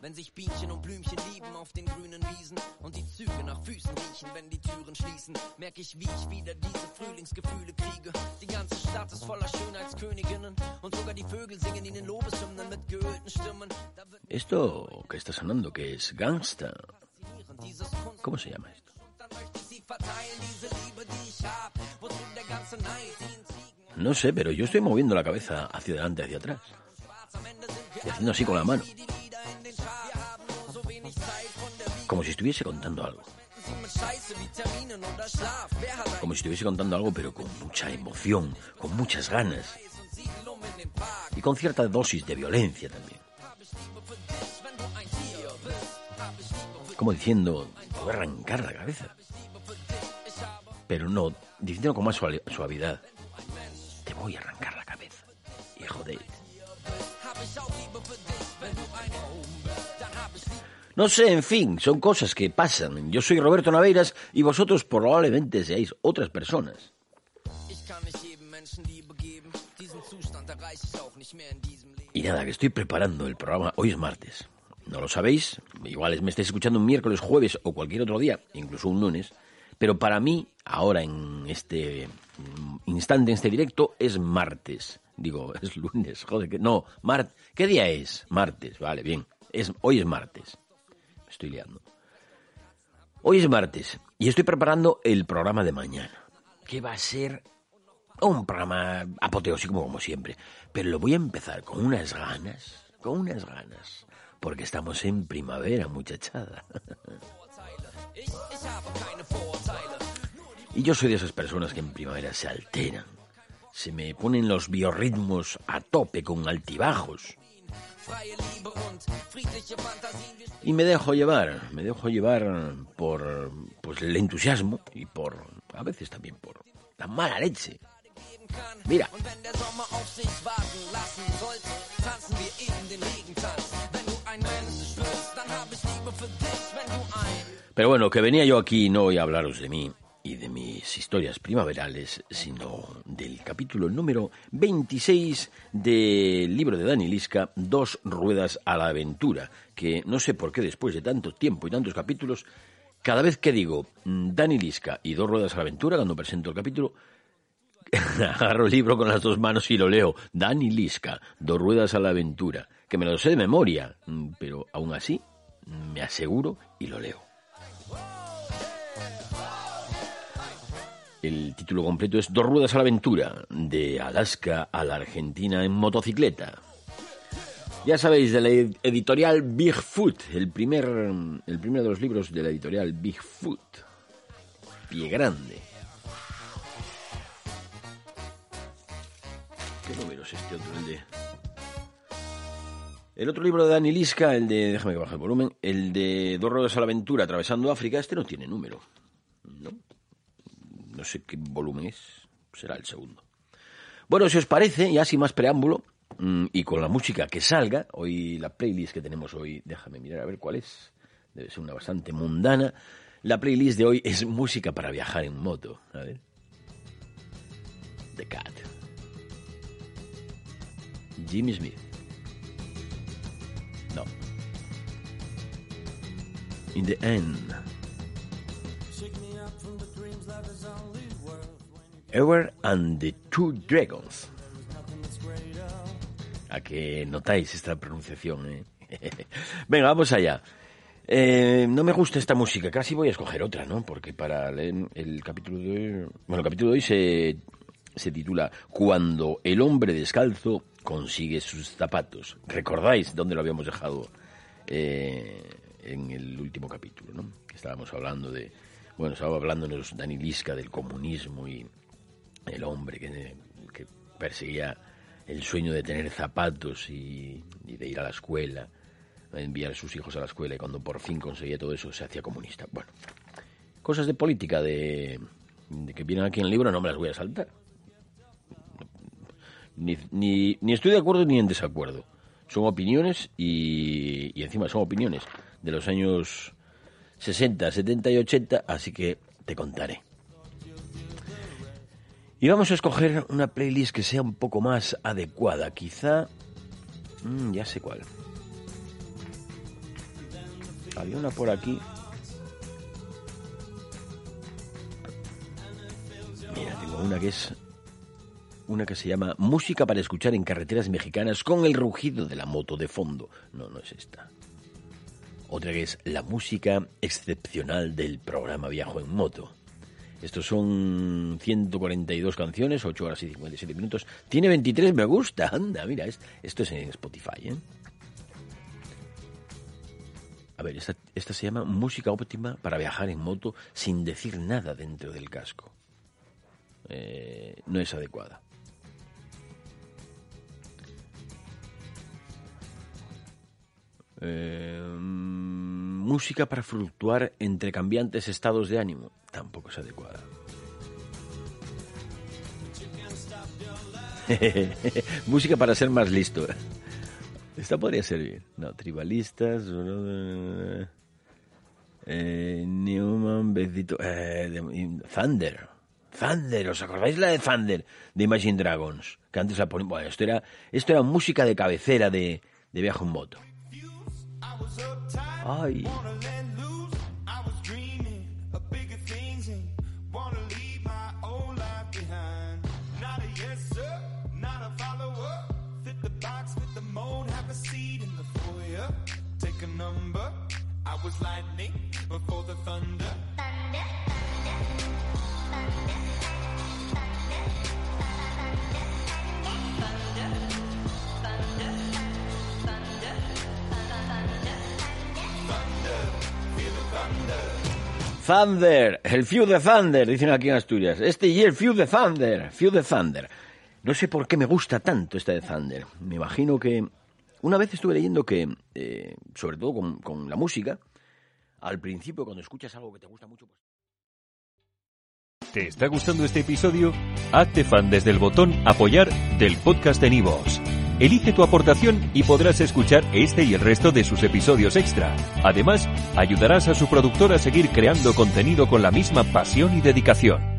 wenn sich Bienchen und Blümchen lieben auf den grünen Wiesen und die Züge nach Füßen riechen, wenn die Türen schließen, merke ich, wie ich wieder diese Frühlingsgefühle kriege. Die ganze Stadt ist voller Schönheitsköniginnen und sogar die Vögel singen ihnen Lobeshymnen mit geölten Stimmen. Esto que está sonando, que es Gangsta, ¿cómo se llama esto? No sé, pero yo estoy moviendo la cabeza hacia adelante, hacia atrás. Y haciendo así con la mano. Como si estuviese contando algo. Como si estuviese contando algo, pero con mucha emoción, con muchas ganas. Y con cierta dosis de violencia también. Como diciendo, te voy a arrancar la cabeza. Pero no, diciendo con más suavidad. Te voy a arrancar la cabeza, hijo de... No sé, en fin, son cosas que pasan. Yo soy Roberto Naveiras y vosotros probablemente seáis otras personas. Y nada, que estoy preparando el programa. Hoy es martes. No lo sabéis, igual me estáis escuchando un miércoles, jueves o cualquier otro día, incluso un lunes. Pero para mí, ahora en este instante, en este directo, es martes. Digo, es lunes, joder, que no, ¿qué día es? Martes, vale, bien. Hoy es martes. Me estoy liando. Hoy es martes y estoy preparando el programa de mañana, que va a ser un programa apoteósico como siempre. Pero lo voy a empezar con unas ganas, porque estamos en primavera, muchachada. Y yo soy de esas personas que en primavera se alteran. Se me ponen los biorritmos a tope con altibajos. Y me dejo llevar por pues el entusiasmo y a veces también por la mala leche. Mira. Pero bueno, que venía yo aquí no voy a hablaros de mí y de mis historias primaverales, sino del capítulo número 26 del libro de Dani Lisca, Dos ruedas a la aventura, que no sé por qué después de tanto tiempo y tantos capítulos, cada vez que digo Dani Lisca y Dos ruedas a la aventura, cuando presento el capítulo, agarro el libro con las dos manos y lo leo. Dani Lisca, Dos ruedas a la aventura, que me lo sé de memoria, pero aún así me aseguro y lo leo. El título completo es Dos ruedas a la aventura, de Alaska a la Argentina en motocicleta. Ya sabéis, de la editorial Bigfoot, el primero de los libros de la editorial Bigfoot. Pie grande. ¿Qué número es este otro? El otro libro de Dani Lisca, déjame que baje el volumen, el de Dos ruedas a la aventura atravesando África, este no tiene número, ¿no? No sé qué volumen es, será el segundo. Bueno, si os parece, ya sin más preámbulo, y con la música que salga, hoy la playlist que tenemos hoy, déjame mirar a ver cuál es, debe ser una bastante mundana. La playlist de hoy es música para viajar en moto, a ver. The Cat. Jimmy Smith. No. In the End. Ever and the Two Dragons. ¿A que notáis esta pronunciación, eh? Venga, vamos allá. No me gusta esta música, casi voy a escoger otra, ¿no? Porque para leer el capítulo de hoy... Bueno, el capítulo de hoy se titula Cuando el hombre descalzo consigue sus zapatos. ¿Recordáis dónde lo habíamos dejado en el último capítulo, ¿no? Que estábamos hablando de... Bueno, estaba hablándonos Dani Lisca del comunismo y el hombre que perseguía el sueño de tener zapatos y de ir a la escuela, de enviar a sus hijos a la escuela, y cuando por fin conseguía todo eso se hacía comunista. Bueno, cosas de política de que vienen aquí en el libro no me las voy a saltar. Ni estoy de acuerdo ni en desacuerdo. Son opiniones y encima son opiniones de los años 60, 70 y 80, así que te contaré. Y vamos a escoger una playlist que sea un poco más adecuada, quizá... ya sé cuál. Había una por aquí. Mira, tengo una que se llama Música para escuchar en carreteras mexicanas con el rugido de la moto de fondo. No, no es esta. Otra que es la música excepcional del programa Viajo en Moto. Estos son 142 canciones, 8 horas y 57 minutos. Tiene 23 me gusta. Anda, mira, esto es en Spotify, ¿eh? A ver, esta se llama Música óptima para viajar en moto sin decir nada dentro del casco. No es adecuada. Música para fluctuar entre cambiantes estados de ánimo. Tampoco es adecuada. Música para ser más listo. Esta podría servir. No, tribalistas. Newman, Becito. Thunder. Thunder, ¿os acordáis la de Thunder? De Imagine Dragons. Que antes la ponían. Bueno, esto era música de cabecera de Viaje en Moto. Ay. Thunder, el Few de Thunder, dicen aquí en Asturias. Y el Few de Thunder. No sé por qué me gusta tanto esta de Thunder. Me imagino que una vez estuve leyendo que, sobre todo con la música, al principio cuando escuchas algo que te gusta mucho... ¿Te está gustando este episodio? Hazte fan desde el botón Apoyar del podcast de Nivos. Elige tu aportación y podrás escuchar este y el resto de sus episodios extra. Además, ayudarás a su productor a seguir creando contenido con la misma pasión y dedicación.